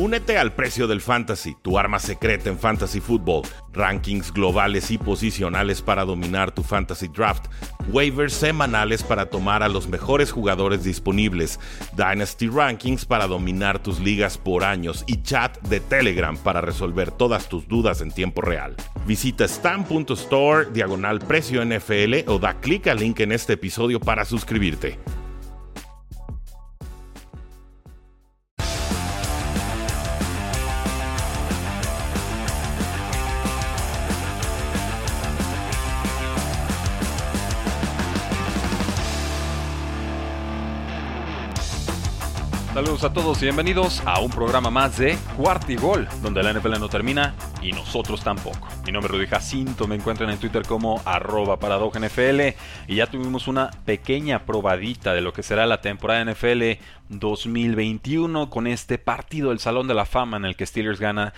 Únete al Precio del Fantasy, tu arma secreta en Fantasy Football. Rankings globales y posicionales para dominar tu Fantasy Draft. Waivers semanales para tomar a los mejores jugadores disponibles. Dynasty Rankings para dominar tus ligas por años. Y chat de Telegram para resolver todas tus dudas en tiempo real. Visita stam.store/precio NFL o da clic al link en este episodio para suscribirte. Saludos a todos y bienvenidos a un programa más de Cuarta y Gol, donde la NFL no termina y nosotros tampoco. Mi nombre es Rudy Jacinto, me encuentran en Twitter como @ParadojaNFL y ya tuvimos una pequeña probadita de lo que será la temporada NFL 2021 con este partido del Salón de la Fama en el que Steelers gana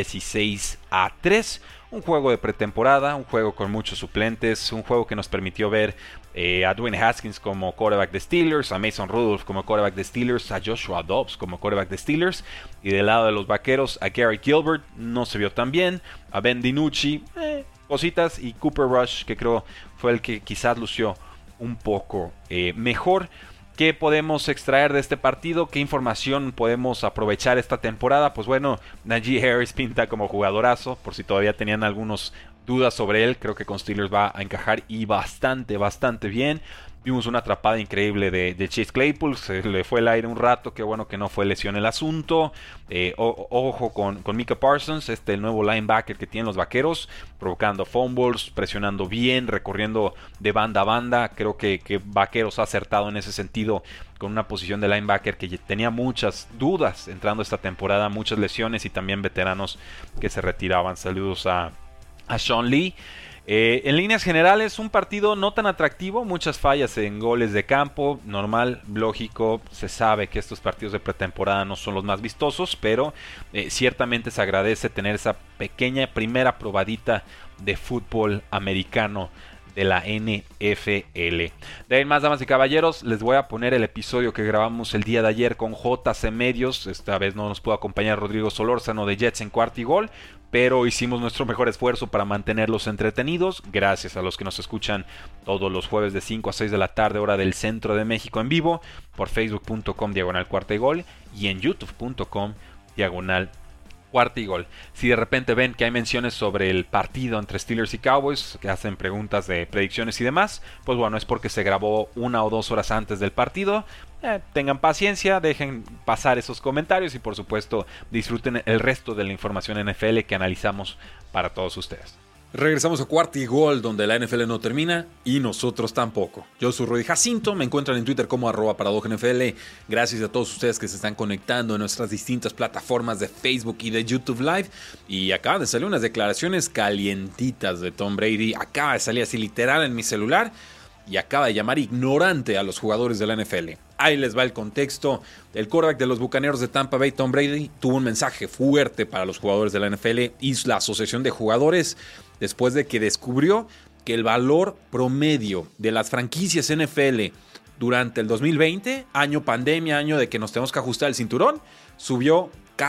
16-3. Un juego de pretemporada, un juego con muchos suplentes, un juego que nos permitió ver a Dwayne Haskins como quarterback de Steelers, a Mason Rudolph como quarterback de Steelers, a Joshua Dobbs como quarterback de Steelers, y del lado de los Vaqueros a Gary Gilbert, no se vio tan bien, a Ben DiNucci, cositas, y Cooper Rush, que creo fue el que quizás lució un poco mejor. ¿Qué podemos extraer de este partido? ¿Qué información podemos aprovechar esta temporada? Pues bueno, Najee Harris pinta como jugadorazo, por si todavía tenían algunos dudas sobre él. Creo que con Steelers va a encajar y bastante bien. Vimos una atrapada increíble de Chase Claypool, se le fue el aire un rato, qué bueno que no fue lesión el asunto. Ojo con Micah Parsons, el nuevo linebacker que tienen los Vaqueros, provocando fumbles, presionando bien, recorriendo de banda a banda. Creo que Vaqueros ha acertado en ese sentido con una posición de linebacker que tenía muchas dudas entrando esta temporada, muchas lesiones y también veteranos que se retiraban. Saludos a Sean Lee. En líneas generales, un partido no tan atractivo, muchas fallas en goles de campo, normal, lógico, se sabe que estos partidos de pretemporada no son los más vistosos, pero ciertamente se agradece tener esa pequeña primera probadita de fútbol americano de la NFL. De ahí más, damas y caballeros, les voy a poner el episodio que grabamos el día de ayer con JC Medios. Esta vez no nos pudo acompañar Rodrigo Solórzano de Jets en Cuarta y Gol, pero hicimos nuestro mejor esfuerzo para mantenerlos entretenidos. Gracias a los que nos escuchan todos los jueves de 5 a 6 de la tarde, hora del centro de México, en vivo, por facebook.com/Cuarta y Gol y en youtube.com/Cuarta y Gol. Si de repente ven que hay menciones sobre el partido entre Steelers y Cowboys, que hacen preguntas de predicciones y demás, pues bueno, es porque se grabó 1 o 2 horas antes del partido. Tengan paciencia, dejen pasar esos comentarios y por supuesto disfruten el resto de la información NFL que analizamos para todos ustedes. Regresamos a Cuarta y Gol, donde la NFL no termina y nosotros tampoco. Yo soy Rudy Jacinto, me encuentran en Twitter como @ParadojaNFL. Gracias a todos ustedes que se están conectando en nuestras distintas plataformas de Facebook y de YouTube Live. Y acaban de salir unas declaraciones calientitas de Tom Brady. Acaba de salir así literal en mi celular y acaba de llamar ignorante a los jugadores de la NFL. Ahí les va el contexto. El quarterback de los Bucaneros de Tampa Bay, Tom Brady, tuvo un mensaje fuerte para los jugadores de la NFL y la asociación de jugadores después de que descubrió que el valor promedio de las franquicias NFL durante el 2020, año pandemia, año de que nos tenemos que ajustar el cinturón, subió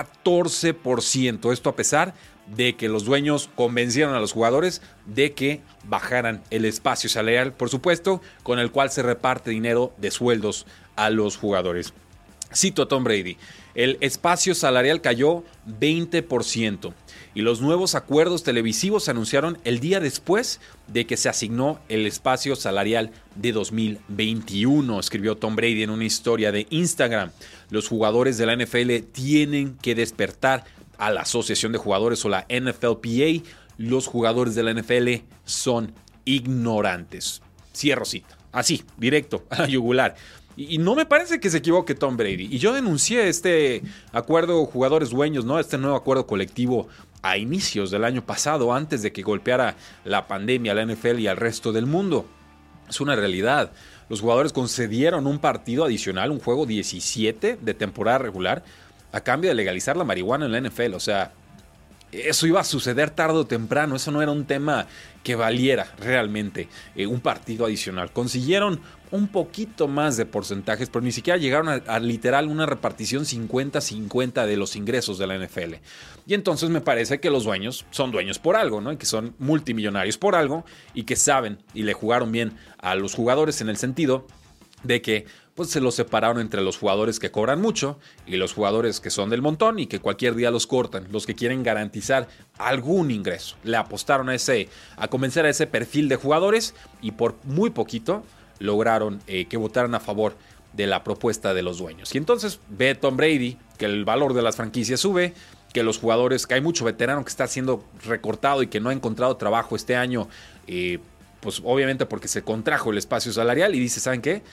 14%. Esto a pesar de que los dueños convencieron a los jugadores de que bajaran el espacio salarial, por supuesto, con el cual se reparte dinero de sueldos a los jugadores. Cito a Tom Brady: el espacio salarial cayó 20% y los nuevos acuerdos televisivos se anunciaron el día después de que se asignó el espacio salarial de 2021, escribió Tom Brady en una historia de Instagram. Los jugadores de la NFL tienen que despertar a la Asociación de Jugadores o la NFLPA. Los jugadores de la NFL son ignorantes. Cierro cita. Así, directo, a la yugular. Y no me parece que se equivoque Tom Brady. Y yo denuncié este acuerdo jugadores-dueños, ¿no? Este nuevo acuerdo colectivo a inicios del año pasado, antes de que golpeara la pandemia a la NFL y al resto del mundo. Es una realidad. Los jugadores concedieron un partido adicional, un juego 17 de temporada regular, a cambio de legalizar la marihuana en la NFL. O sea, eso iba a suceder tarde o temprano. Eso no era un tema que valiera realmente un partido adicional. Consiguieron un poquito más de porcentajes, pero ni siquiera llegaron a literal una repartición 50-50 de los ingresos de la NFL. Y entonces me parece que los dueños son dueños por algo, ¿no? Y que son multimillonarios por algo y que saben y le jugaron bien a los jugadores en el sentido de que pues se los separaron entre los jugadores que cobran mucho y los jugadores que son del montón y que cualquier día los cortan, los que quieren garantizar algún ingreso. Le apostaron a convencer a ese perfil de jugadores y por muy poquito lograron que votaran a favor de la propuesta de los dueños. Y entonces ve Tom Brady que el valor de las franquicias sube, que los jugadores, que hay mucho veterano que está siendo recortado y que no ha encontrado trabajo este año, pues obviamente porque se contrajo el espacio salarial y dice, ¿saben qué?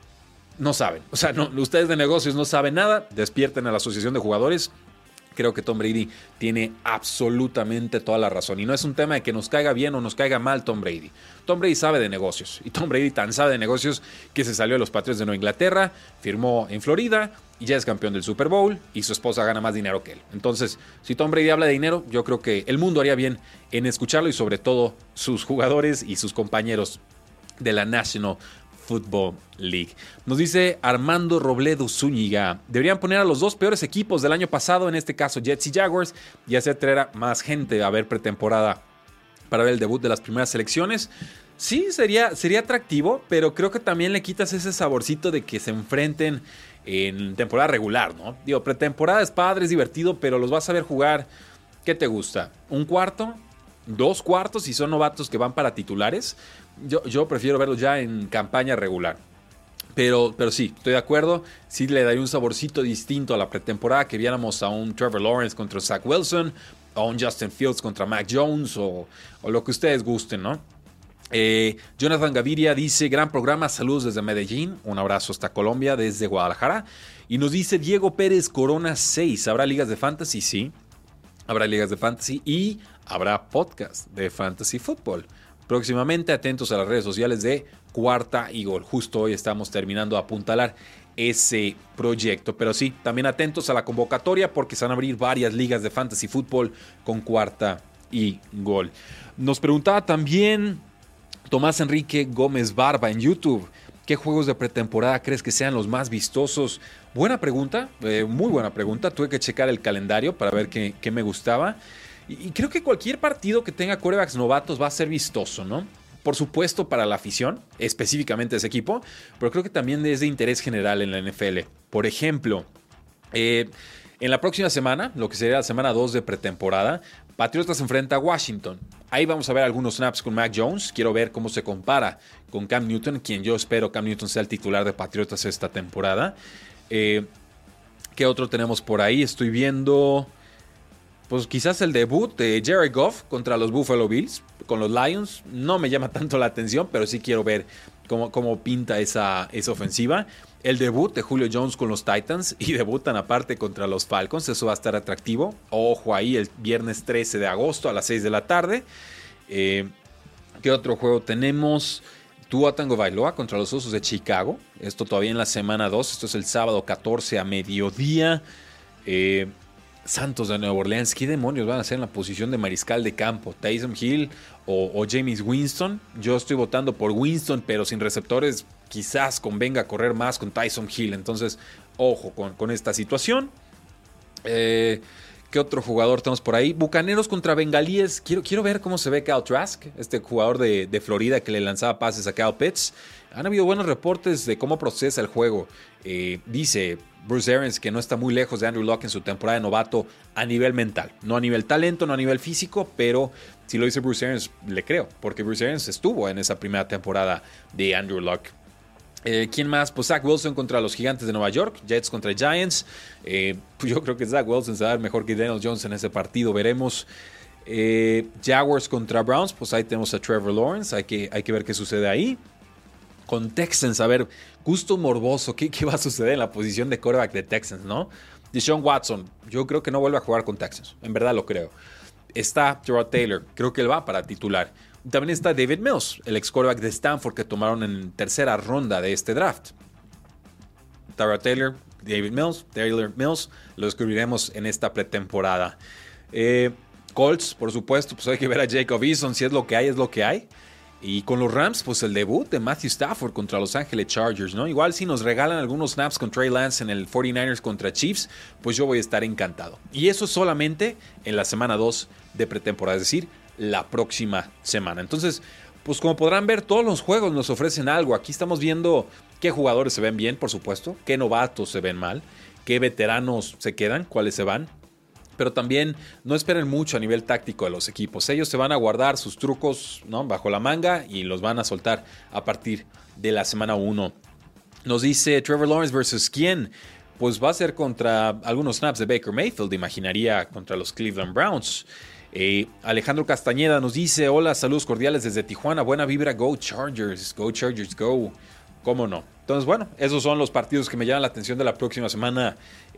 No saben, o sea, no, ustedes de negocios no saben nada, despierten a la asociación de jugadores. Creo que Tom Brady tiene absolutamente toda la razón. Y no es un tema de que nos caiga bien o nos caiga mal Tom Brady. Tom Brady sabe de negocios. Y Tom Brady tan sabe de negocios que se salió de los Patriots de Nueva Inglaterra, firmó en Florida y ya es campeón del Super Bowl y su esposa gana más dinero que él. Entonces, si Tom Brady habla de dinero, yo creo que el mundo haría bien en escucharlo y sobre todo sus jugadores y sus compañeros de la National Football League. Nos dice Armando Robledo Zúñiga, deberían poner a los dos peores equipos del año pasado, en este caso Jets y Jaguars, y hacer traer a más gente a ver pretemporada para ver el debut de las primeras selecciones. Sí, sería atractivo, pero creo que también le quitas ese saborcito de que se enfrenten en temporada regular, ¿no? Digo, pretemporada es padre, es divertido, pero los vas a ver jugar, ¿qué te gusta? ¿Un cuarto? ¿2 cuartos si son novatos que van para titulares? Yo prefiero verlos ya en campaña regular. Pero sí, estoy de acuerdo. Sí le daría un saborcito distinto a la pretemporada, que viéramos a un Trevor Lawrence contra Zach Wilson, a un Justin Fields contra Mac Jones, o lo que ustedes gusten, ¿no? Jonathan Gaviria dice, gran programa, saludos desde Medellín, un abrazo hasta Colombia desde Guadalajara. Y nos dice Diego Pérez Corona 6, ¿habrá ligas de fantasy? Sí, habrá ligas de fantasy y habrá podcast de fantasy fútbol. Próximamente, atentos a las redes sociales de Cuarta y Gol. Justo hoy estamos terminando de apuntalar ese proyecto. Pero sí, también atentos a la convocatoria porque se van a abrir varias ligas de fantasy fútbol con Cuarta y Gol. Nos preguntaba también Tomás Enrique Gómez Barba en YouTube, ¿qué juegos de pretemporada crees que sean los más vistosos? Buena pregunta, muy buena pregunta. Tuve que checar el calendario para ver qué me gustaba. Y creo que cualquier partido que tenga quarterbacks novatos va a ser vistoso, ¿no? Por supuesto para la afición, específicamente ese equipo, pero creo que también es de interés general en la NFL. Por ejemplo, en la próxima semana, lo que sería la semana 2 de pretemporada, Patriotas se enfrenta a Washington. Ahí vamos a ver algunos snaps con Mac Jones. Quiero ver cómo se compara con Cam Newton, quien yo espero Cam Newton sea el titular de Patriotas esta temporada. ¿Qué otro tenemos por ahí? Estoy viendo, pues quizás el debut de Jared Goff contra los Buffalo Bills, con los Lions. No me llama tanto la atención, pero sí quiero ver cómo pinta esa ofensiva. El debut de Julio Jones con los Titans y debutan aparte contra los Falcons. Eso va a estar atractivo. Ojo ahí, el viernes 13 de agosto a las 6 de la tarde. ¿Qué otro juego tenemos? Tua Tagovailoa contra los Osos de Chicago. Esto todavía en la semana 2. Esto es el sábado 14 a mediodía. Santos de Nueva Orleans. ¿Qué demonios van a hacer en la posición de mariscal de campo? ¿Taysom Hill o Jameis Winston? Yo estoy votando por Winston, pero sin receptores quizás convenga correr más con Taysom Hill. Entonces, ojo con esta situación. ¿Qué otro jugador tenemos por ahí? Bucaneros contra Bengalíes. Quiero ver cómo se ve Kyle Trask, este jugador de Florida que le lanzaba pases a Kyle Pitts. Han habido buenos reportes de cómo procesa el juego. Dice Bruce Arians que no está muy lejos de Andrew Luck en su temporada de novato a nivel mental. No a nivel talento, no a nivel físico, pero si lo dice Bruce Arians, le creo. Porque Bruce Arians estuvo en esa primera temporada de Andrew Luck. ¿Quién más? Pues Zach Wilson contra los Gigantes de Nueva York, Jets contra Giants. Pues yo creo que Zach Wilson se va a ver mejor que Daniel Jones en ese partido, veremos. Jaguars contra Browns, pues ahí tenemos a Trevor Lawrence, hay que ver qué sucede ahí. Con Texans, a ver, gusto morboso, ¿qué va a suceder en la posición de quarterback de Texans, no? Deshaun Watson, yo creo que no vuelve a jugar con Texans, en verdad lo creo. Está Tyrod Taylor, creo que él va para titular. También está David Mills, el ex quarterback de Stanford que tomaron en tercera ronda de este draft. Tyrod Taylor, Taylor Mills, lo descubriremos en esta pretemporada. Colts, por supuesto, pues hay que ver a Jacob Eason, si es lo que hay, es lo que hay. Y con los Rams, pues el debut de Matthew Stafford contra Los Ángeles Chargers, ¿no? Igual si nos regalan algunos snaps con Trey Lance en el 49ers contra Chiefs, pues yo voy a estar encantado. Y eso solamente en la semana 2 de pretemporada, es decir, la próxima semana. Entonces, pues como podrán ver, todos los juegos nos ofrecen algo. Aquí estamos viendo qué jugadores se ven bien, por supuesto, qué novatos se ven mal, qué veteranos se quedan, cuáles se van. Pero también no esperen mucho a nivel táctico de los equipos. Ellos se van a guardar sus trucos, ¿no?, bajo la manga y los van a soltar a partir de la semana 1. Nos dice Trevor Lawrence versus quién. Pues va a ser contra algunos snaps de Baker Mayfield, imaginaría contra los Cleveland Browns. Alejandro Castañeda nos dice: hola, saludos cordiales desde Tijuana, buena vibra, go Chargers, go. ¿Cómo no? Entonces, bueno, esos son los partidos que me llaman la atención de la próxima semana.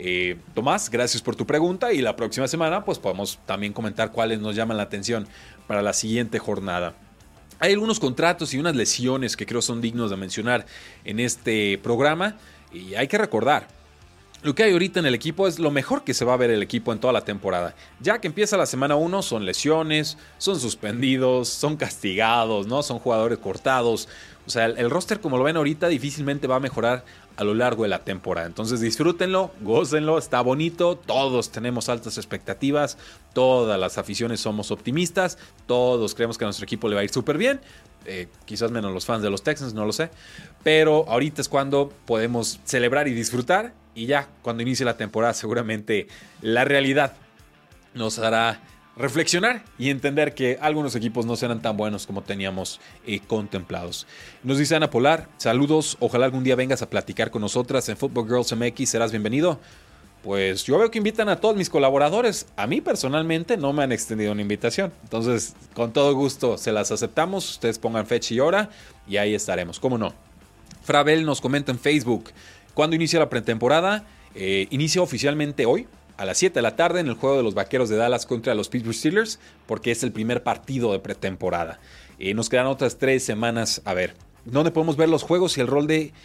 Tomás, gracias por tu pregunta. Y la próxima semana, pues podemos también comentar cuáles nos llaman la atención para la siguiente jornada. Hay algunos contratos y unas lesiones que creo son dignos de mencionar en este programa. Y hay que recordar, lo que hay ahorita en el equipo es lo mejor que se va a ver el equipo en toda la temporada. Ya que empieza la semana 1, son lesiones, son suspendidos, son castigados, ¿no? Son jugadores cortados. O sea, el roster, como lo ven ahorita, difícilmente va a mejorar a lo largo de la temporada. Entonces disfrútenlo, gócenlo, está bonito. Todos tenemos altas expectativas, todas las aficiones somos optimistas, todos creemos que a nuestro equipo le va a ir súper bien. Quizás menos los fans de los Texans, no lo sé. Pero ahorita es cuando podemos celebrar y disfrutar. Y ya, cuando inicie la temporada, seguramente la realidad nos hará reflexionar y entender que algunos equipos no serán tan buenos como teníamos contemplados. Nos dice Ana Polar: saludos, ojalá algún día vengas a platicar con nosotras en Football Girls MX, serás bienvenido. Pues yo veo que invitan a todos mis colaboradores. A mí personalmente no me han extendido una invitación. Entonces, con todo gusto se las aceptamos. Ustedes pongan fecha y hora y ahí estaremos. ¿Cómo no? Fravel nos comenta en Facebook: ¿cuándo inicia la pretemporada? Inicia oficialmente hoy, a las 7 de la tarde, en el juego de los Vaqueros de Dallas contra los Pittsburgh Steelers, porque es el primer partido de pretemporada. Nos quedan otras 3 semanas. A ver, ¿dónde podemos ver los juegos y el rol de...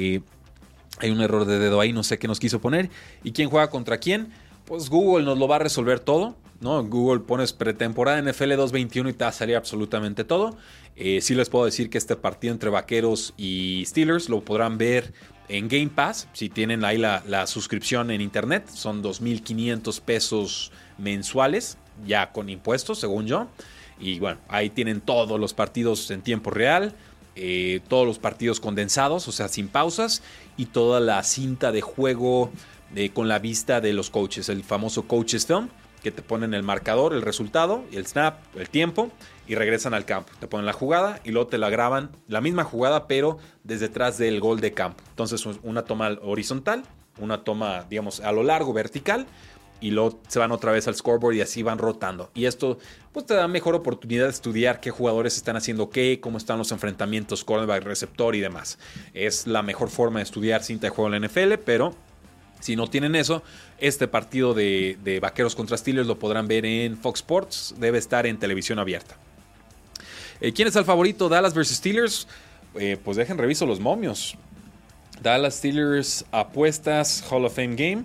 hay un error de dedo ahí, no sé qué nos quiso poner. ¿Y quién juega contra quién? Pues Google nos lo va a resolver todo, ¿no? En Google pones pretemporada NFL 2021 y te va a salir absolutamente todo. Sí les puedo decir que este partido entre Vaqueros y Steelers lo podrán ver en Game Pass, si tienen ahí la suscripción en internet. Son $2,500 mensuales, ya con impuestos, según yo. Y bueno, ahí tienen todos los partidos en tiempo real, todos los partidos condensados, o sea, sin pausas, y toda la cinta de juego con la vista de los coaches, el famoso Coaches Film, que te ponen el marcador, el resultado, el snap, el tiempo, y regresan al campo. Te ponen la jugada y luego te la graban, la misma jugada, pero desde detrás del gol de campo. Entonces, una toma horizontal, una toma, digamos, a lo largo, vertical, y luego se van otra vez al scoreboard y así van rotando. Y esto pues te da mejor oportunidad de estudiar qué jugadores están haciendo qué, cómo están los enfrentamientos, cornerback, receptor y demás. Es la mejor forma de estudiar cinta de juego en la NFL, pero si no tienen eso, este partido de Vaqueros contra Steelers lo podrán ver en Fox Sports. Debe estar en televisión abierta. ¿Quién es el favorito? ¿Dallas versus Steelers? Pues dejen reviso los momios. Dallas Steelers apuestas Hall of Fame Game.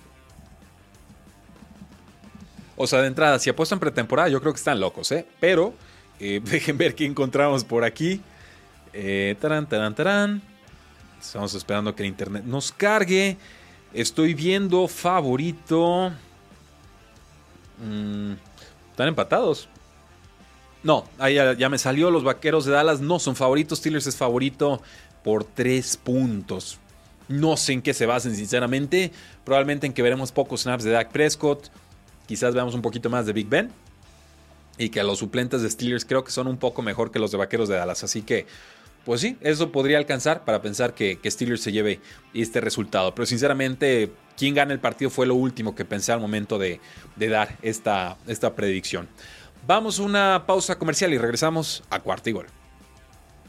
O sea, de entrada, si apuestan pretemporada, yo creo que están locos, ¿eh? Pero dejen ver qué encontramos por aquí. Tarán. Estamos esperando que el internet nos cargue. Estoy viendo favorito. Están empatados. No, ahí ya me salió. Los Vaqueros de Dallas no son favoritos. Steelers es favorito por 3 puntos. No sé en qué se basen, sinceramente. Probablemente en que veremos pocos snaps de Dak Prescott. Quizás veamos un poquito más de Big Ben. Y que los suplentes de Steelers creo que son un poco mejor que los de Vaqueros de Dallas. Así que, pues sí, eso podría alcanzar para pensar que Steelers se lleve este resultado. Pero sinceramente, quien gana el partido fue lo último que pensé al momento de dar esta predicción. Vamos a una pausa comercial y regresamos a Cuarta y Gol.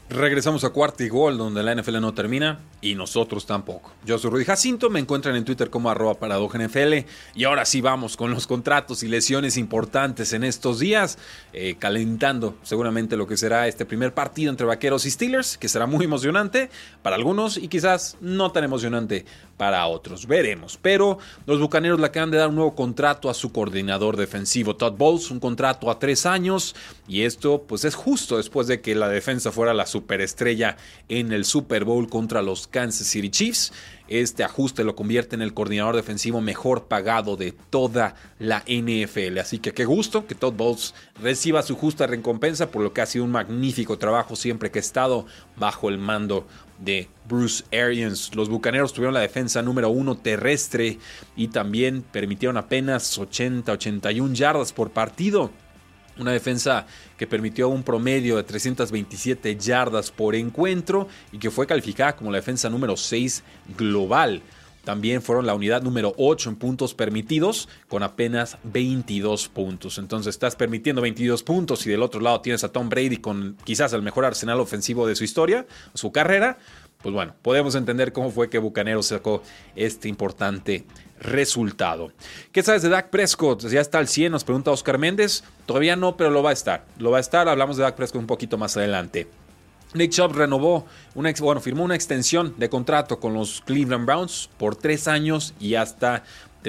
Regresamos a Cuarta y Gol, donde la NFL no termina y nosotros tampoco. Yo soy Rudy Jacinto, me encuentran en Twitter como @ParadojaNFL y ahora sí vamos con los contratos y lesiones importantes en estos días, calentando seguramente lo que será este primer partido entre Vaqueros y Steelers, que será muy emocionante para algunos y quizás no tan emocionante para otros. Veremos, pero los Bucaneros le acaban de dar un nuevo contrato a su coordinador defensivo Todd Bowles, un contrato a 3 años y esto pues es justo después de que la defensa fuera la superestrella en el Super Bowl contra los Kansas City Chiefs. Este ajuste lo convierte en el coordinador defensivo mejor pagado de toda la NFL. Así que qué gusto que Todd Bowles reciba su justa recompensa por lo que ha sido un magnífico trabajo siempre que ha estado bajo el mando de Bruce Arians. Los Bucaneros tuvieron la defensa número 1 terrestre y también permitieron apenas 81 yardas por partido. Una defensa que permitió un promedio de 327 yardas por encuentro y que fue calificada como la defensa número 6 global. También fueron la unidad número 8 en puntos permitidos con apenas 22 puntos. Entonces estás permitiendo 22 puntos y del otro lado tienes a Tom Brady con quizás el mejor arsenal ofensivo de su historia, su carrera. Pues bueno, podemos entender cómo fue que Bucaneros sacó este importante resultado. ¿Qué sabes de Dak Prescott? ¿Ya está al 100? Nos pregunta Oscar Méndez. Todavía no, pero lo va a estar. Lo va a estar. Hablamos de Dak Prescott un poquito más adelante. Nick Chubb firmó una extensión de contrato con los Cleveland Browns por 3 años y hasta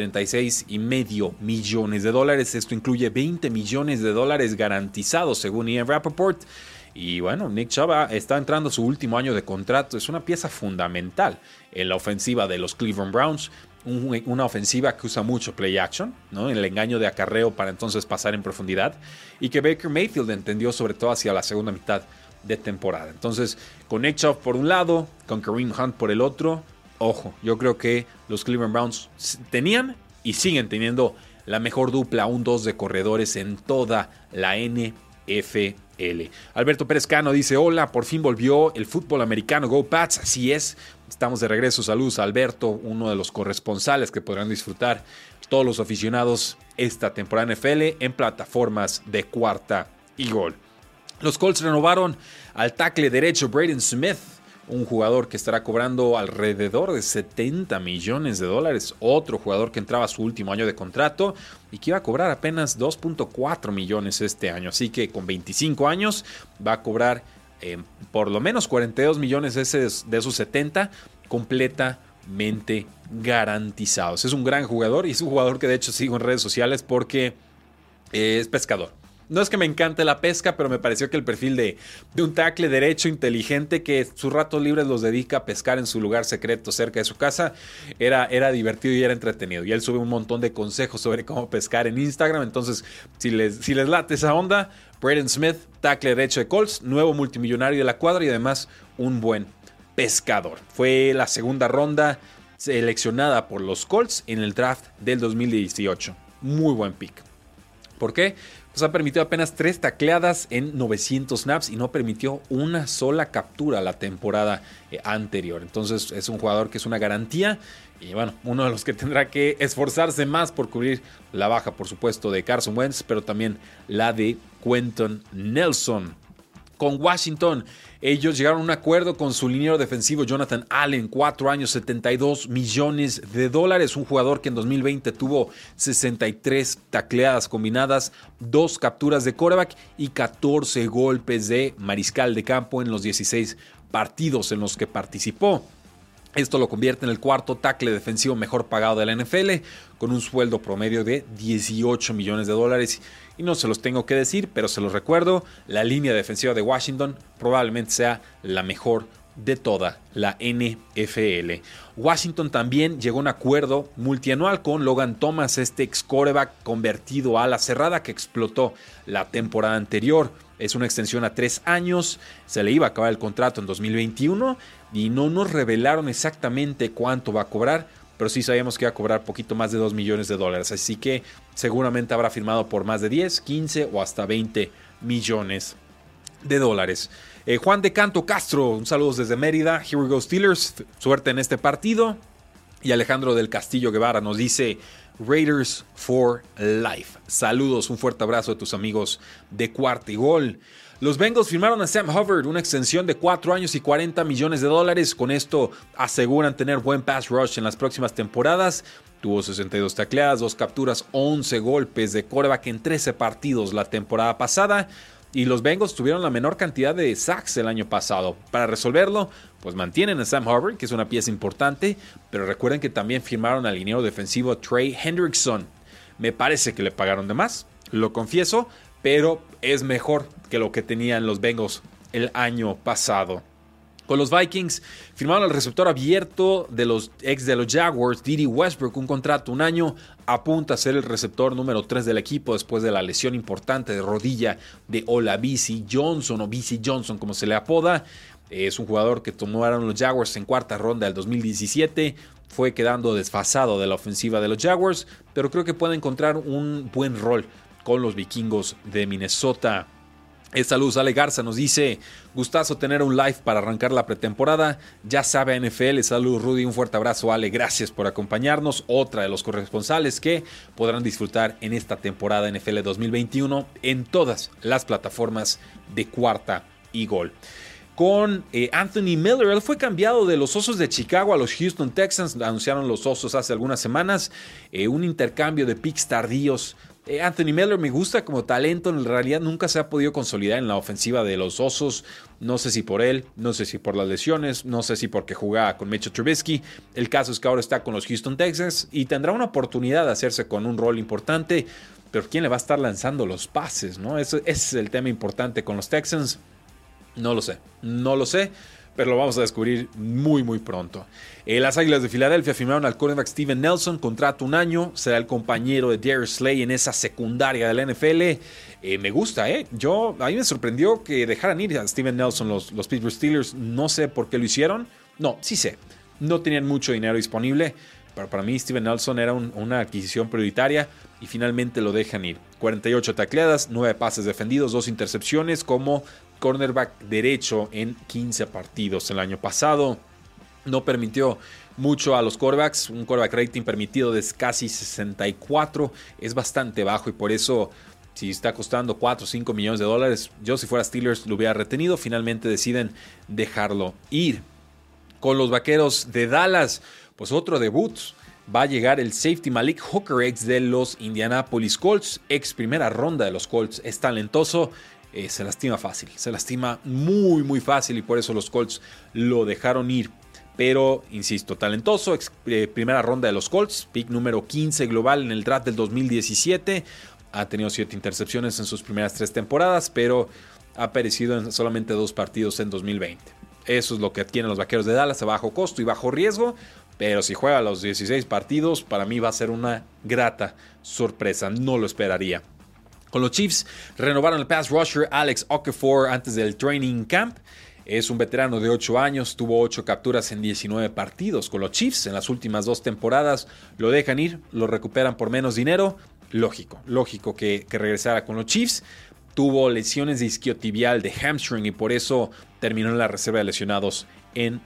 $36.5 millones. Esto incluye $20 millones garantizados según Ian Rappaport. Y bueno, Nick Chubb está entrando a su último año de contrato. Es una pieza fundamental en la ofensiva de los Cleveland Browns. Una ofensiva que usa mucho play action, ¿no? El engaño de acarreo para entonces pasar en profundidad. Y que Baker Mayfield entendió sobre todo hacia la segunda mitad de temporada. Entonces, con Nick Chubb por un lado, con Kareem Hunt por el otro. Ojo, yo creo que los Cleveland Browns tenían y siguen teniendo la mejor dupla 1-2 de corredores en toda la NFL. Alberto Pérez Cano dice: hola, por fin volvió el fútbol americano, Go Pats. Así es, estamos de regreso. Saludos a Alberto, uno de los corresponsales que podrán disfrutar todos los aficionados esta temporada NFL en plataformas de Cuarta y Gol. Los Colts renovaron al tackle derecho Braden Smith, un jugador que estará cobrando alrededor de $70 millones. Otro jugador que entraba a su último año de contrato y que iba a cobrar apenas $2.4 millones este año. Así que con 25 años va a cobrar por lo menos 42 millones de esos 70 completamente garantizados. Es un gran jugador y es un jugador que de hecho sigo en redes sociales porque es pescador. No es que me encante la pesca, pero me pareció que el perfil de un tackle derecho inteligente que sus ratos libres los dedica a pescar en su lugar secreto cerca de su casa era divertido y era entretenido. Y él sube un montón de consejos sobre cómo pescar en Instagram. Entonces, si les late esa onda, Braden Smith, tackle derecho de Colts, nuevo multimillonario de la cuadra y además un buen pescador. Fue la segunda ronda seleccionada por los Colts en el draft del 2018. Muy buen pick. ¿Por qué? Pues ha permitido apenas 3 tacleadas en 900 snaps y no permitió una sola captura la temporada anterior. Entonces es un jugador que es una garantía y bueno, uno de los que tendrá que esforzarse más por cubrir la baja, por supuesto, de Carson Wentz, pero también la de Quenton Nelson. Con Washington, ellos llegaron a un acuerdo con su liniero defensivo Jonathan Allen, 4 años, $72 millones. Un jugador que en 2020 tuvo 63 tacleadas combinadas, 2 capturas de quarterback y 14 golpes de mariscal de campo en los 16 partidos en los que participó. Esto lo convierte en el cuarto tackle defensivo mejor pagado de la NFL, con un sueldo promedio de $18 millones. Y no se los tengo que decir, pero se los recuerdo, la línea defensiva de Washington probablemente sea la mejor de toda la NFL. Washington también llegó a un acuerdo multianual con Logan Thomas, este ex quarterback convertido a ala cerrada que explotó la temporada anterior. Es una extensión a 3 años, se le iba a acabar el contrato en 2021 y no nos revelaron exactamente cuánto va a cobrar, pero sí sabíamos que iba a cobrar poquito más de $2 millones, así que seguramente habrá firmado por más de 10, 15 o hasta $20 millones. Juan de Canto Castro, un saludo desde Mérida. Here we go Steelers, suerte en este partido. Y Alejandro del Castillo Guevara nos dice: Raiders for Life. Saludos, un fuerte abrazo a tus amigos de Cuarta y Gol. Los Bengals firmaron a Sam Hubbard, una extensión de 4 años y $40 millones. Con esto aseguran tener buen pass rush en las próximas temporadas. Tuvo 62 tacleadas, 2 capturas, 11 golpes de quarterback en 13 partidos la temporada pasada. Y los Bengals tuvieron la menor cantidad de sacks el año pasado. Para resolverlo, pues mantienen a Sam Hubbard, que es una pieza importante. Pero recuerden que también firmaron al liniero defensivo Trey Hendrickson. Me parece que le pagaron de más, lo confieso, pero es mejor que lo que tenían los Bengals el año pasado. Con los Vikings firmaron al receptor abierto de los ex de los Jaguars, Dede Westbrook, un contrato 1 año. Apunta a ser el receptor número 3 del equipo después de la lesión importante de rodilla de Olabisi Johnson, o BC Johnson como se le apoda. Es un jugador que tomaron los Jaguars en 4ª ronda del 2017. Fue quedando desfasado de la ofensiva de los Jaguars, pero creo que puede encontrar un buen rol con los vikingos de Minnesota. Saludos, Ale Garza nos dice: gustazo tener un live para arrancar la pretemporada. Ya sabe a NFL. Saludos, Rudy. Un fuerte abrazo, Ale. Gracias por acompañarnos. Otra de los corresponsales que podrán disfrutar en esta temporada NFL 2021 en todas las plataformas de Cuarta y Gol. Con Anthony Miller, él fue cambiado de los Osos de Chicago a los Houston Texans. Anunciaron los Osos hace algunas semanas. Un intercambio de picks tardíos. Anthony Miller me gusta como talento, en realidad nunca se ha podido consolidar en la ofensiva de los Osos. No sé si por él, no sé si por las lesiones, no sé si porque jugaba con Mitchell Trubisky. El caso es que ahora está con los Houston Texans y tendrá una oportunidad de hacerse con un rol importante, pero ¿quién le va a estar lanzando los pases, no? Ese es el tema importante con los Texans. No lo sé, pero lo vamos a descubrir muy muy pronto. Las Águilas de Filadelfia firmaron al cornerback Steven Nelson, contrato 1 año, será el compañero de Darius Slay en esa secundaria de la NFL. Me gusta, a mí me sorprendió que dejaran ir a Steven Nelson los Pittsburgh Steelers. No sé por qué lo hicieron. No, sí sé, no tenían mucho dinero disponible, pero para mí Steven Nelson era una adquisición prioritaria y finalmente lo dejan ir. 48 tacleadas, 9 pases defendidos, 2 intercepciones como cornerback derecho en 15 partidos el año pasado. No permitió mucho a los quarterbacks, un quarterback rating permitido de casi 64, es bastante bajo y por eso, si está costando 4 o 5 millones de dólares, yo si fuera Steelers lo hubiera retenido. Finalmente deciden dejarlo ir. Con los Vaqueros de Dallas, pues otro debut. Va a llegar el safety Malik Hooker, ex de los Indianapolis Colts, ex primera ronda de los Colts. Es talentoso, se lastima fácil, se lastima muy muy fácil y por eso los Colts lo dejaron ir. Pero, insisto, talentoso, primera ronda de los Colts, pick número 15 global en el draft del 2017. Ha tenido 7 intercepciones en sus primeras 3 temporadas, pero ha aparecido en solamente 2 partidos en 2020. Eso es lo que adquieren los Vaqueros de Dallas a bajo costo y bajo riesgo. Pero si juega los 16 partidos, para mí va a ser una grata sorpresa. No lo esperaría. Con los Chiefs renovaron el pass rusher Alex Okafor antes del training camp. Es un veterano de 8 años, tuvo 8 capturas en 19 partidos con los Chiefs en las últimas 2 temporadas. Lo dejan ir, lo recuperan por menos dinero. Lógico que regresara con los Chiefs. Tuvo lesiones de isquiotibial, de hamstring y por eso terminó en la reserva de lesionados en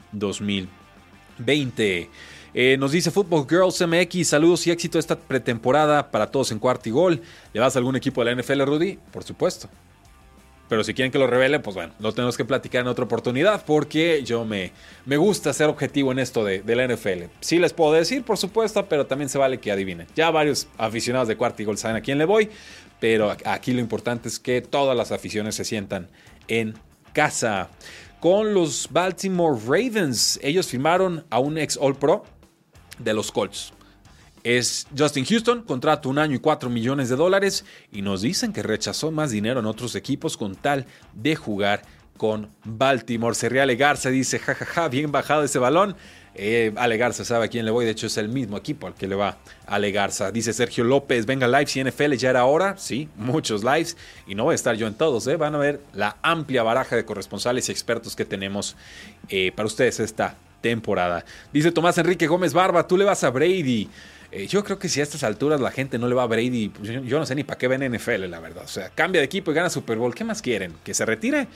2020. Nos dice Football Girls MX, saludos y éxito esta pretemporada para todos en Cuarta y Gol. ¿Le vas a algún equipo de la NFL, Rudy? Por supuesto. Pero si quieren que lo revele, pues bueno, lo tenemos que platicar en otra oportunidad porque yo me gusta ser objetivo en esto de la NFL. Sí les puedo decir, por supuesto, pero también se vale que adivinen. Ya varios aficionados de Cuarta y Gol saben a quién le voy, pero aquí lo importante es que todas las aficiones se sientan en casa. Con los Baltimore Ravens, ellos firmaron a un ex All Pro de los Colts. Es Justin Houston, contrato 1 año y $4 millones y nos dicen que rechazó más dinero en otros equipos con tal de jugar con Baltimore. Se ríe Ale Garza, dice jajaja, bien bajado ese balón. Ale Garza sabe a quién le voy, de hecho es el mismo equipo al que le va Ale Garza. Dice Sergio López, venga lives y NFL ya era hora. Sí, muchos lives y no voy a estar yo en todos, van a ver la amplia baraja de corresponsales y expertos que tenemos para ustedes esta temporada. Dice Tomás Enrique Gómez Barba, tú le vas a Brady. Yo creo que si a estas alturas la gente no le va a Brady, yo no sé ni para qué ven NFL, la verdad. O sea, cambia de equipo y gana Super Bowl. ¿Qué más quieren? ¿Que se retire?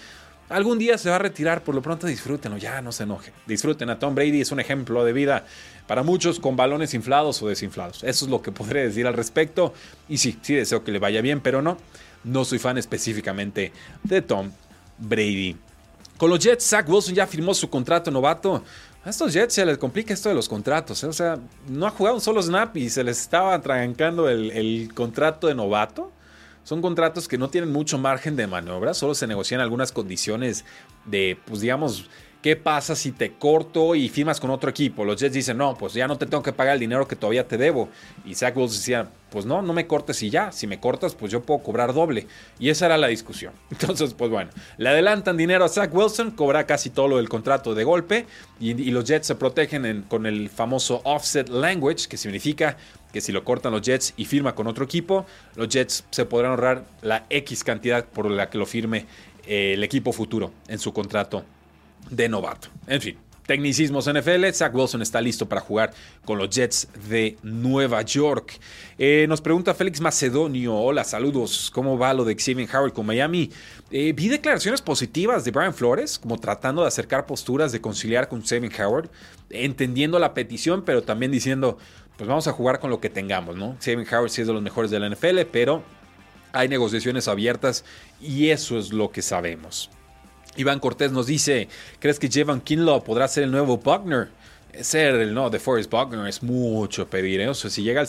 Algún día se va a retirar, por lo pronto disfrútenlo, ya no se enojen. Disfruten a Tom Brady, es un ejemplo de vida para muchos con balones inflados o desinflados. Eso es lo que podré decir al respecto. Y sí deseo que le vaya bien, pero no soy fan específicamente de Tom Brady. Con los Jets, Zach Wilson ya firmó su contrato novato. A estos Jets se les complica esto de los contratos, ¿eh? O sea, no ha jugado un solo snap y se les estaba atrancando el contrato de novato. Son contratos que no tienen mucho margen de maniobra, solo se negocian algunas condiciones de, pues digamos, ¿qué pasa si te corto y firmas con otro equipo? Los Jets dicen, no, pues ya no te tengo que pagar el dinero que todavía te debo. Y Zach Wilson decía, pues no me cortes y ya. Si me cortas, pues yo puedo cobrar doble. Y esa era la discusión. Entonces, pues bueno, le adelantan dinero a Zach Wilson, cobra casi todo lo del contrato de golpe. Y los Jets se protegen con el famoso offset language, que significa que si lo cortan los Jets y firma con otro equipo, los Jets se podrán ahorrar la X cantidad por la que lo firme el equipo futuro en su contrato de novato. En fin, tecnicismos NFL. Zach Wilson está listo para jugar con los Jets de Nueva York. Nos pregunta Félix Macedonio. Hola, saludos. ¿Cómo va lo de Xavier Howard con Miami? Vi declaraciones positivas de Brian Flores, como tratando de acercar posturas, de conciliar con Xavier Howard, entendiendo la petición, pero también diciendo, pues vamos a jugar con lo que tengamos, ¿no? Xavier Howard sí es de los mejores de la NFL, pero hay negociaciones abiertas y eso es lo que sabemos. Iván Cortés nos dice, ¿crees que Javon Kinlaw podrá ser el nuevo Buckner? Ser el no de Forrest Buckner es mucho pedir, ¿eh? O sea, si llega al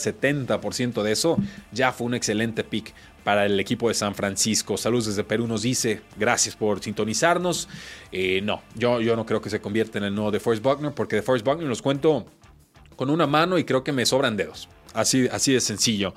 70% de eso, ya fue un excelente pick para el equipo de San Francisco. Saludos desde Perú nos dice, gracias por sintonizarnos. No, yo no creo que se convierta en el nuevo de Forrest Buckner, porque de Forrest Buckner los cuento con una mano y creo que me sobran dedos. Así de sencillo.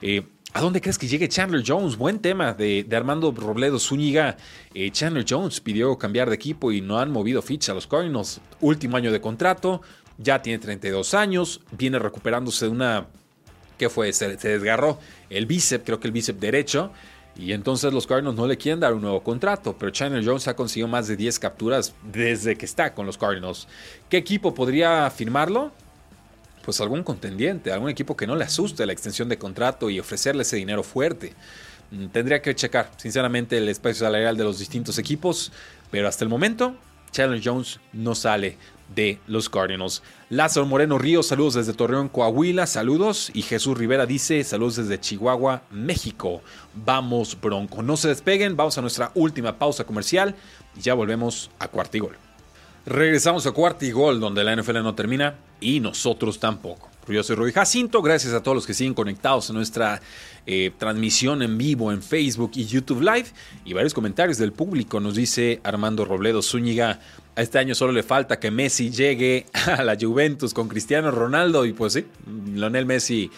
¿A dónde crees que llegue Chandler Jones? Buen tema de Armando Robledo Zúñiga. Chandler Jones pidió cambiar de equipo y no han movido ficha a los Cardinals. Último año de contrato, ya tiene 32 años, viene recuperándose de una... ¿Qué fue? Se desgarró el bíceps, creo que el bíceps derecho. Y entonces los Cardinals no le quieren dar un nuevo contrato. Pero Chandler Jones ha conseguido más de 10 capturas desde que está con los Cardinals. ¿Qué equipo podría firmarlo? Pues algún contendiente, algún equipo que no le asuste la extensión de contrato y ofrecerle ese dinero fuerte. Tendría que checar, sinceramente, el espacio salarial de los distintos equipos, pero hasta el momento, Chandler Jones no sale de los Cardinals. Lázaro Moreno Ríos, saludos desde Torreón, Coahuila, saludos. Y Jesús Rivera dice, saludos desde Chihuahua, México. Vamos, Bronco. No se despeguen, vamos a nuestra última pausa comercial y ya volvemos a Cuarta y Gol. Regresamos a Cuarta y Gol, donde la NFL no termina y nosotros tampoco. Yo soy Rudy Jacinto, gracias a todos los que siguen conectados a nuestra transmisión en vivo en Facebook y YouTube Live. Y varios comentarios del público. Nos dice Armando Robledo Zúñiga, a este año solo le falta que Messi llegue a la Juventus con Cristiano Ronaldo. Y pues sí, Lionel Messi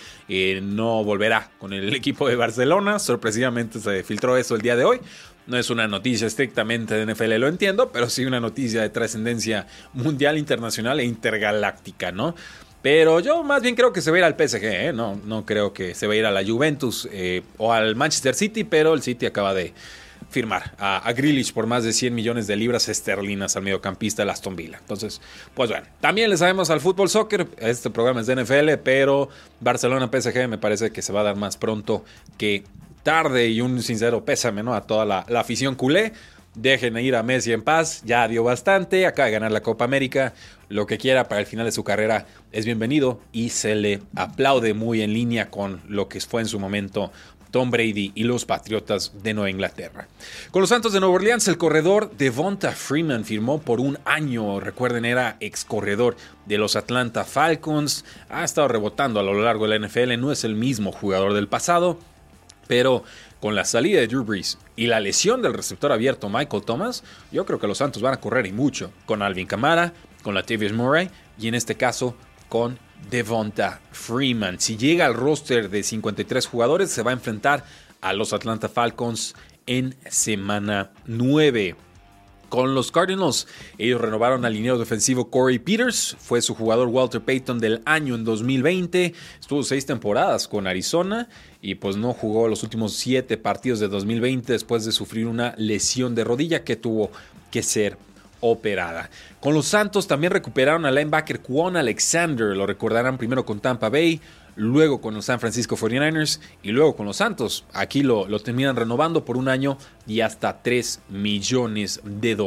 no volverá con el equipo de Barcelona. Sorpresivamente se filtró eso el día de hoy. No es una noticia estrictamente de NFL, lo entiendo, pero sí una noticia de trascendencia mundial, internacional e intergaláctica, ¿no? Pero yo más bien creo que se va a ir al PSG, ¿eh? No creo que se va a ir a la Juventus o al Manchester City, pero el City acaba de firmar a Grealish por más de 100 millones de libras esterlinas al mediocampista del Aston Villa. Entonces, pues bueno, también le sabemos al fútbol soccer, este programa es de NFL, pero Barcelona-PSG me parece que se va a dar más pronto que tarde, y un sincero pésame, ¿no?, a toda la afición culé. Dejen ir a Messi en paz, ya dio bastante, acaba de ganar la Copa América, lo que quiera para el final de su carrera es bienvenido y se le aplaude, muy en línea con lo que fue en su momento Tom Brady y los Patriotas de Nueva Inglaterra. Con los Santos de Nueva Orleans, el corredor Devonta Freeman firmó por un año. Recuerden, era ex corredor de los Atlanta Falcons, ha estado rebotando a lo largo de la NFL, no es el mismo jugador del pasado, pero con la salida de Drew Brees y la lesión del receptor abierto Michael Thomas, yo creo que los Santos van a correr y mucho con Alvin Kamara, con Latavius Murray y en este caso con Devonta Freeman. Si llega al roster de 53 jugadores, se va a enfrentar a los Atlanta Falcons en semana 9. Con los Cardinals, ellos renovaron al liniero defensivo Corey Peters, fue su jugador Walter Payton del año en 2020, estuvo 6 temporadas con Arizona y pues no jugó los últimos 7 partidos de 2020 después de sufrir una lesión de rodilla que tuvo que ser operada. Con los Santos también recuperaron al linebacker Kwon Alexander, lo recordarán primero con Tampa Bay, luego con los San Francisco 49ers y luego con los Santos. Aquí lo terminan renovando por 1 año y hasta $3 millones.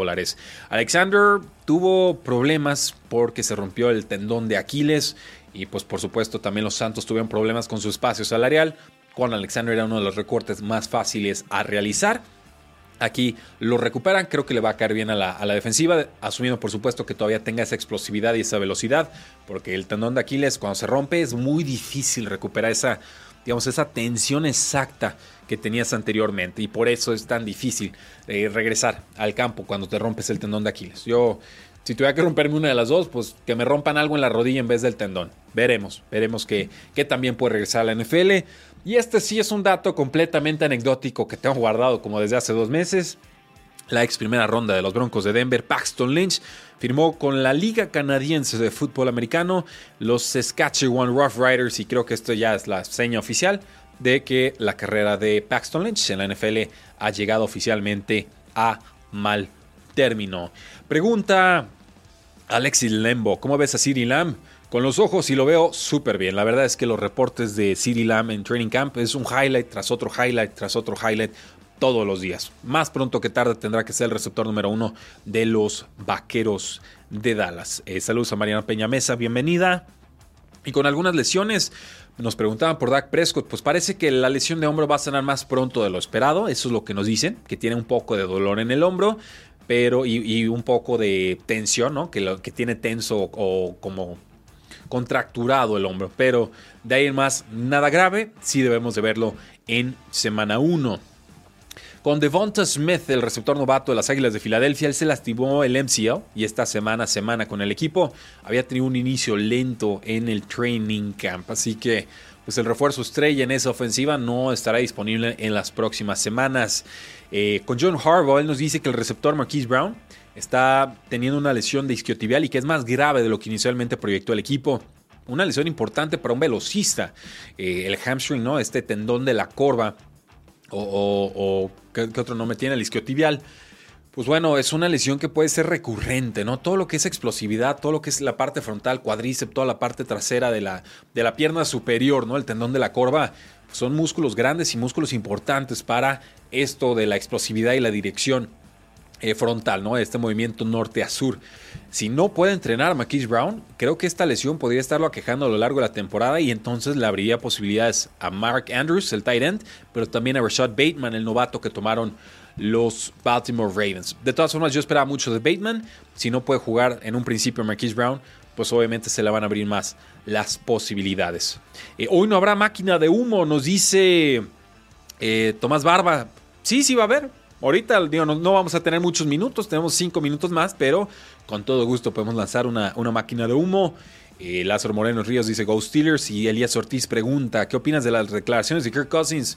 Alexander tuvo problemas porque se rompió el tendón de Aquiles y pues por supuesto también los Santos tuvieron problemas con su espacio salarial. Con Alexander era uno de los recortes más fáciles a realizar. Aquí lo recuperan, creo que le va a caer bien a la defensiva, asumiendo por supuesto que todavía tenga esa explosividad y esa velocidad, porque el tendón de Aquiles cuando se rompe es muy difícil recuperar esa tensión exacta que tenías anteriormente, y por eso es tan difícil regresar al campo cuando te rompes el tendón de Aquiles. Yo, si tuviera que romperme una de las dos, pues que me rompan algo en la rodilla en vez del tendón. Veremos que también puede regresar a la NFL. Y este sí es un dato completamente anecdótico que tengo guardado como desde hace 2 meses. La ex primera ronda de los Broncos de Denver, Paxton Lynch, firmó con la Liga Canadiense de Fútbol Americano, los Saskatchewan Roughriders, y creo que esto ya es la seña oficial de que la carrera de Paxton Lynch en la NFL ha llegado oficialmente a mal término. Pregunta Alexis Lembo, ¿cómo ves a CeeDee Lamb? Con los ojos y lo veo súper bien. La verdad es que los reportes de CeeDee Lamb en Training Camp es un highlight tras otro highlight tras otro highlight todos los días. Más pronto que tarde tendrá que ser el receptor número 1 de los Vaqueros de Dallas. Saludos a Mariana Peña Mesa, bienvenida. Y con algunas lesiones, nos preguntaban por Dak Prescott. Pues parece que la lesión de hombro va a sanar más pronto de lo esperado. Eso es lo que nos dicen, que tiene un poco de dolor en el hombro, pero y un poco de tensión, ¿no? Que tiene tenso o como contracturado el hombro, pero de ahí en más nada grave. Sí debemos de verlo en semana 1. Con Devonta Smith, el receptor novato de las Águilas de Filadelfia, él se lastimó el MCL y esta semana con el equipo había tenido un inicio lento en el training camp, así que pues el refuerzo estrella en esa ofensiva no estará disponible en las próximas semanas. Con John Harbaugh, él nos dice que el receptor Marquise Brown está teniendo una lesión de isquiotibial y que es más grave de lo que inicialmente proyectó el equipo. Una lesión importante para un velocista. El hamstring, ¿no? Este tendón de la corva. ¿Qué otro nombre tiene? El isquiotibial. Pues bueno, es una lesión que puede ser recurrente, ¿no? Todo lo que es explosividad, todo lo que es la parte frontal, cuádriceps, toda la parte trasera de la pierna superior, ¿no? El tendón de la corva. Son músculos grandes y músculos importantes para esto de la explosividad y la dirección frontal, ¿no? Este movimiento norte a sur. Si no puede entrenar Marquise Brown, creo que esta lesión podría estarlo aquejando a lo largo de la temporada y entonces le abriría posibilidades a Mark Andrews, el tight end, pero también a Rashad Bateman, el novato que tomaron los Baltimore Ravens. De todas formas, yo esperaba mucho de Bateman. Si no puede jugar en un principio Marquise Brown, pues obviamente se le van a abrir más las posibilidades. Hoy no habrá máquina de humo, nos dice Tomás Barba. Sí va a haber. Ahorita digo, no vamos a tener muchos minutos, tenemos 5 minutos más, pero con todo gusto podemos lanzar una máquina de humo. Lázaro Moreno Ríos dice Go Steelers, y Elías Ortiz pregunta, ¿qué opinas de las declaraciones de Kirk Cousins?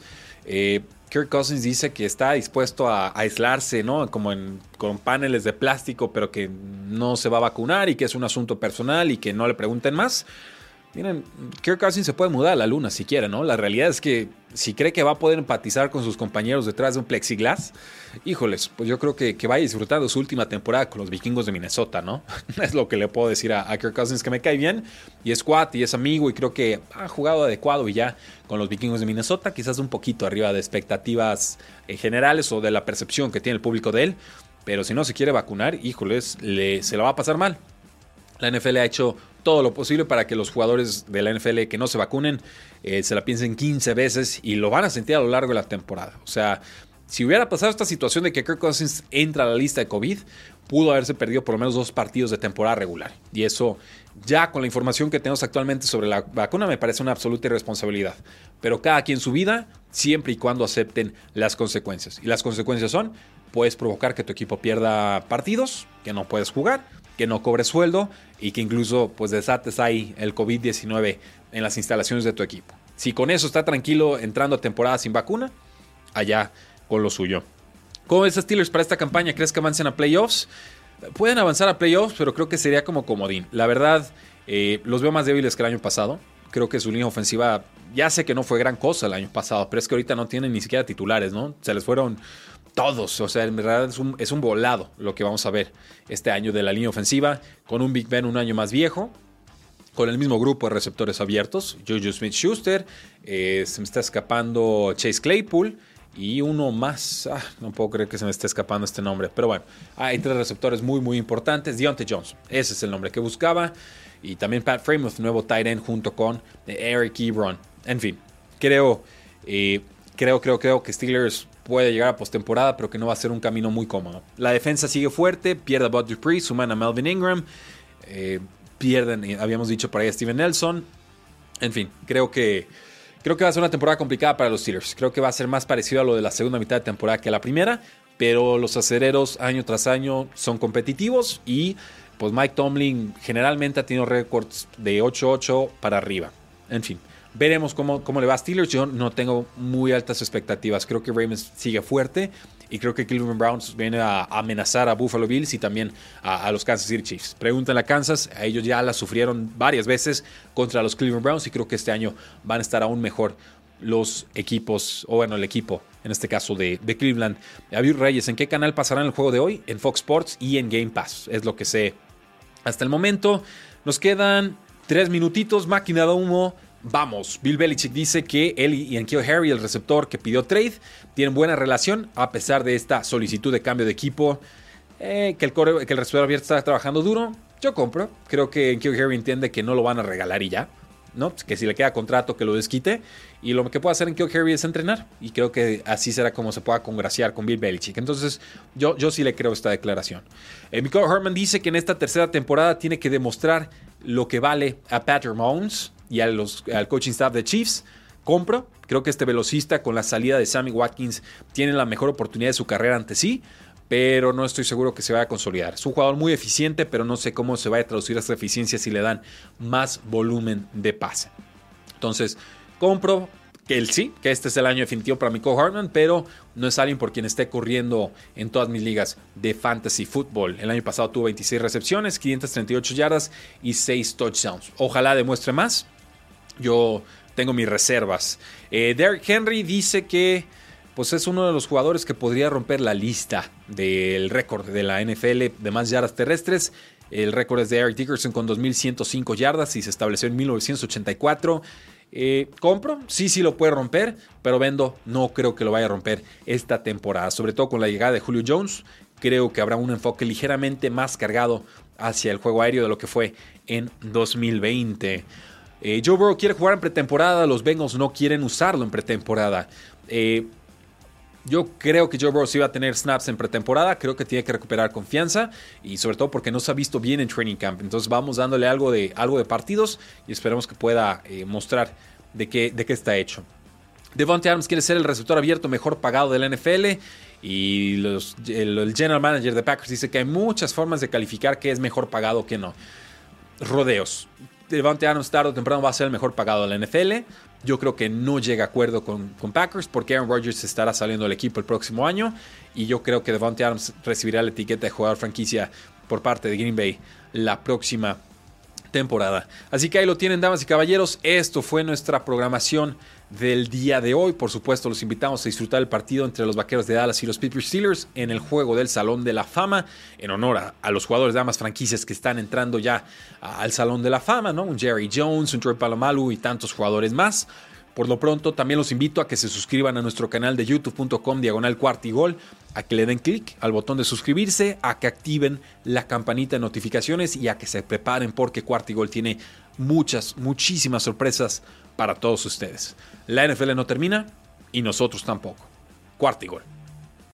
Kirk Cousins dice que está dispuesto a aislarse, ¿no? Con paneles de plástico, pero que no se va a vacunar y que es un asunto personal y que no le pregunten más. Miren, Kirk Cousins se puede mudar a la luna si quiere, ¿no? La realidad es que si cree que va a poder empatizar con sus compañeros detrás de un plexiglass, híjoles, pues yo creo que vaya disfrutando su última temporada con los Vikingos de Minnesota, ¿no? Es lo que le puedo decir a Kirk Cousins, que me cae bien y es cuate y es amigo y creo que ha jugado adecuado y ya con los Vikingos de Minnesota, quizás un poquito arriba de expectativas generales o de la percepción que tiene el público de él, pero si no se quiere vacunar, híjoles, se la va a pasar mal. La NFL ha hecho todo lo posible para que los jugadores de la NFL que no se vacunen se la piensen 15 veces y lo van a sentir a lo largo de la temporada. O sea, si hubiera pasado esta situación de que Kirk Cousins entra a la lista de COVID, pudo haberse perdido por lo menos 2 partidos de temporada regular. Y eso, ya con la información que tenemos actualmente sobre la vacuna, me parece una absoluta irresponsabilidad. Pero cada quien su vida, siempre y cuando acepten las consecuencias. Y las consecuencias son, puedes provocar que tu equipo pierda partidos, que no puedes jugar, que no cobres sueldo y que incluso pues desates ahí el COVID-19 en las instalaciones de tu equipo. Si con eso está tranquilo entrando a temporada sin vacuna, allá con lo suyo. ¿Cómo ves a Steelers para esta campaña? ¿Crees que avancen a playoffs? Pueden avanzar a playoffs, pero creo que sería como comodín. La verdad, los veo más débiles que el año pasado. Creo que su línea ofensiva, ya sé que no fue gran cosa el año pasado, pero es que ahorita no tienen ni siquiera titulares, ¿no? Se les fueron todos, o sea, en verdad es un volado lo que vamos a ver este año de la línea ofensiva, con un Big Ben un año más viejo, con el mismo grupo de receptores abiertos. Juju Smith-Schuster, se me está escapando Chase Claypool y uno más. No puedo creer que se me esté escapando este nombre, pero bueno, hay 3 receptores muy muy importantes. Deontay Johnson, ese es el nombre que buscaba, y también Pat Freiermuth, nuevo tight end, junto con Eric Ebron. En fin, creo que Steelers puede llegar a postemporada, pero que no va a ser un camino muy cómodo. La defensa sigue fuerte, pierde a Bud Dupree, suman a Melvin Ingram, pierden, habíamos dicho por ahí, a Steven Nelson. En fin, creo que va a ser una temporada complicada para los Steelers. Creo que va a ser más parecido a lo de la segunda mitad de temporada que a la primera, pero los acereros año tras año son competitivos y pues Mike Tomlin generalmente ha tenido récords de 8-8 para arriba. En fin, veremos cómo le va a Steelers. Yo no tengo muy altas expectativas. Creo que Ravens sigue fuerte y creo que Cleveland Browns viene a amenazar a Buffalo Bills y también a los Kansas City Chiefs. Pregúntenle a Kansas, a ellos ya la sufrieron varias veces contra los Cleveland Browns y creo que este año van a estar aún mejor los equipos, o bueno, el equipo, en este caso de Cleveland. David Reyes, ¿en qué canal pasarán el juego de hoy? En Fox Sports y en Game Pass, es lo que sé hasta el momento. Nos quedan 3 minutitos, máquina de humo. Vamos, Bill Belichick dice que él y N'Keal Harry, el receptor que pidió trade, tienen buena relación a pesar de esta solicitud de cambio de equipo. Que el receptor abierto está trabajando duro, yo compro. Creo que N'Keal Harry entiende que no lo van a regalar y ya, ¿no? Que si le queda contrato que lo desquite. Y lo que puede hacer N'Keal Harry es entrenar. Y creo que así será como se pueda congraciar con Bill Belichick. Entonces yo sí le creo esta declaración. Mecole Hardman dice que en esta tercera temporada tiene que demostrar lo que vale a Patrick Mahomes y al coaching staff de Chiefs. Compro. Creo que este velocista con la salida de Sammy Watkins tiene la mejor oportunidad de su carrera ante sí, pero no estoy seguro que se vaya a consolidar. Es un jugador muy eficiente, pero no sé cómo se va a traducir esa eficiencia si le dan más volumen de pase. Entonces, compro que este es el año definitivo para Mecole Hardman, pero no es alguien por quien esté corriendo en todas mis ligas de fantasy football. El año pasado tuvo 26 recepciones, 538 yardas y 6 touchdowns. Ojalá demuestre más. Yo tengo mis reservas. Derrick Henry dice que pues es uno de los jugadores que podría romper la lista del récord de la NFL de más yardas terrestres. El récord es de Eric Dickerson con 2.105 yardas y se estableció en 1984. Compro, sí lo puede romper, pero vendo, no creo que lo vaya a romper esta temporada. Sobre todo con la llegada de Julio Jones, creo que habrá un enfoque ligeramente más cargado hacia el juego aéreo de lo que fue en 2020. Joe Burrow quiere jugar en pretemporada, los Bengals no quieren usarlo en pretemporada. Yo creo que Joe Burrow sí va a tener snaps en pretemporada. Creo que tiene que recuperar confianza y sobre todo porque no se ha visto bien en training camp. Entonces vamos dándole algo de partidos y esperemos que pueda mostrar de qué está hecho. Devontae Adams quiere ser el receptor abierto mejor pagado de la NFL y el general manager de Packers dice que hay muchas formas de calificar qué es mejor pagado o qué no. Rodeos. Devontae Adams tarde o temprano va a ser el mejor pagado de la NFL. Yo creo que no llega a acuerdo con Packers porque Aaron Rodgers estará saliendo del equipo el próximo año y yo creo que Devontae Adams recibirá la etiqueta de jugador franquicia por parte de Green Bay la próxima temporada. Así que ahí lo tienen, damas y caballeros. Esto fue nuestra programación del día de hoy. Por supuesto, los invitamos a disfrutar el partido entre los Vaqueros de Dallas y los Pittsburgh Steelers en el juego del Salón de la Fama, en honor a los jugadores de ambas franquicias que están entrando ya al Salón de la Fama, ¿no? Un Jerry Jones, un Troy Polamalu y tantos jugadores más. Por lo pronto, también los invito a que se suscriban a nuestro canal de youtube.com/cuartigol, a que le den clic al botón de suscribirse, a que activen la campanita de notificaciones y a que se preparen porque Cuartigol tiene muchísimas sorpresas para todos ustedes. La NFL no termina y nosotros tampoco. Cuartigol.